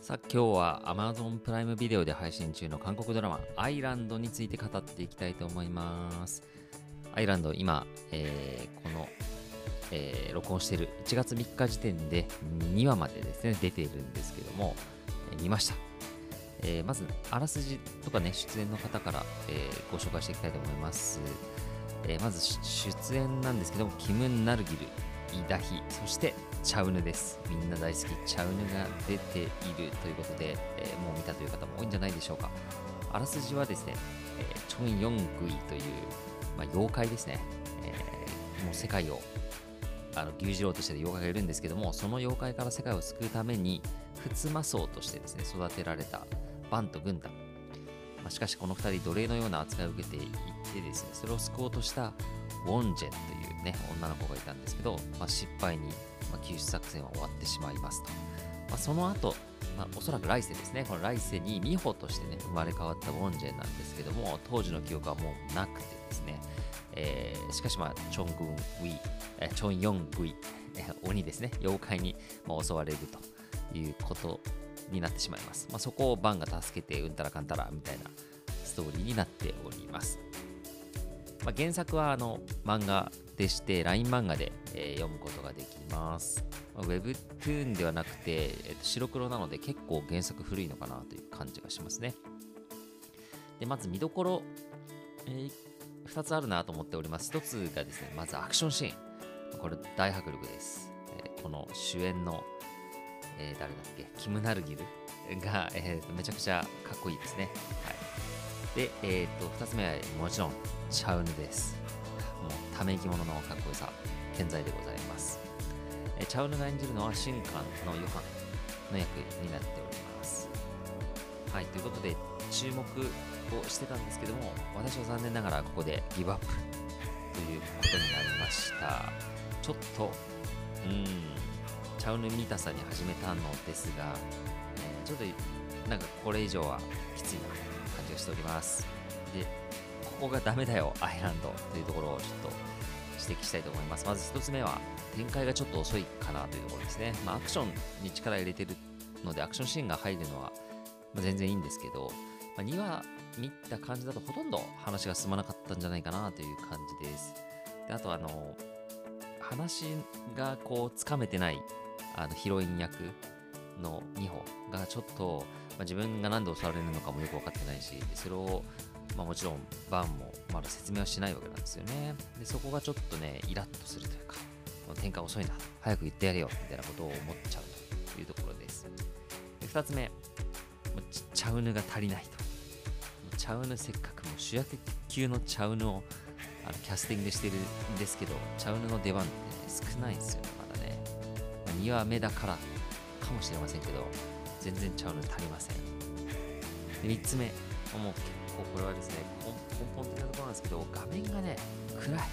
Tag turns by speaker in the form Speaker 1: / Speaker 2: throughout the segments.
Speaker 1: さあ今日は Amazon プライムビデオで配信中の韓国ドラマアイランドについて語っていきたいと思います。アイランド今、この、録音している1月3日時点で2話までですね出ているんですけども、見ました。まずあらすじとかね出演の方から、ご紹介していきたいと思います。まず出演なんですけども、キム・ナルギル、イ・ダヒ、そしてチャウヌです。みんな大好きチャウヌが出ているということで、もう見たという方も多いんじゃないでしょうか。あらすじはですね、チョン・ヨングイという、妖怪ですね。もう世界を牛耳ろうとしている妖怪がいるんですけども、その妖怪から世界を救うために仏魔僧としてですね育てられたバンと軍団。しかしこの2人奴隷のような扱いを受けていってですね、それを救おうとしたウォンジェンというね女の子がいたんですけど、失敗に、救出作戦は終わってしまいますと。その後、おそらく来世ですね、この来世に美穂としてね生まれ変わったウォンジェンなんですけども、当時の記憶はもうなくてですね、しかしチョンヨングイ、鬼ですね、妖怪に、襲われるということになってしまいます。そこをバンが助けてうんたらかんたらみたいなストーリーになっております。原作は漫画でして LINE 漫画で、読むことができます。Webtoon ではなくて、白黒なので結構原作古いのかなという感じがしますね。でまず見どころ、2つあるなと思っております。1つがですね、まずアクションシーン。これ大迫力です。この主演の、誰だっけ、キム・ナルギルが、めちゃくちゃかっこいいですね。はい。で、2つ目はもちろんチャウヌです。もうため息者のかっこよさ健在でございます。チャウヌが演じるのは新官のヨハンの役になっております。はい、ということで注目をしてたんですけども、私は残念ながらここでギブアップということになりました。ちょっとチャウヌ見たさに始めたのですが、ちょっとなんかこれ以上はきついな感じがしております。で、ここがダメだよアイランドというところをちょっと指摘したいと思います。まず1つ目は展開がちょっと遅いかなというところですね。アクションに力入れてるのでアクションシーンが入るのは全然いいんですけど、2話見た感じだとほとんど話が進まなかったんじゃないかなという感じです。であと話がこうつかめてないヒロイン役の2歩がちょっと、自分が何で襲われるのかもよく分かってないし、それを、もちろんバンもまだ説明はしないわけなんですよね。でそこがちょっとねイラッとするというか、展開遅いな、早く言ってやれよみたいなことを思っちゃうというところです。で2つ目、チャウヌが足りないと。チャウヌせっかくも主役級のチャウヌをキャスティングしてるんですけど、チャウヌの出番って、少ないんですよね、まだね。2話目だからかもしれませんけど、全然チャウヌ足りません。で3つ目、もう結構これはですね、根本的なところなんですけど、画面がね、暗い。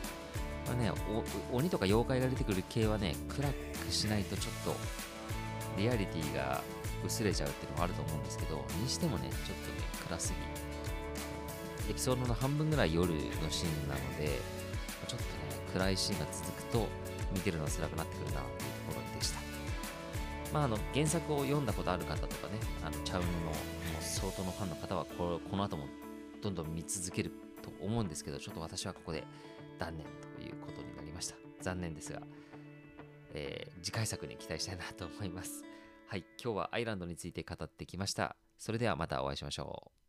Speaker 1: 鬼とか妖怪が出てくる系はね、暗くしないとちょっとリアリティが薄れちゃうっていうのもあると思うんですけど、にしてもね、ちょっとね、暗すぎ。エピソードの半分ぐらい夜のシーンなので、ちょっとね、暗いシーンが続くと見てるの辛くなってくるなというところでした。原作を読んだことある方とかね、チャウヌの相当のファンの方はこの後もどんどん見続けると思うんですけど、ちょっと私はここで断念ということになりました。残念ですが、次回作に期待したいなと思います。はい、今日はアイランドについて語ってきました。それではまたお会いしましょう。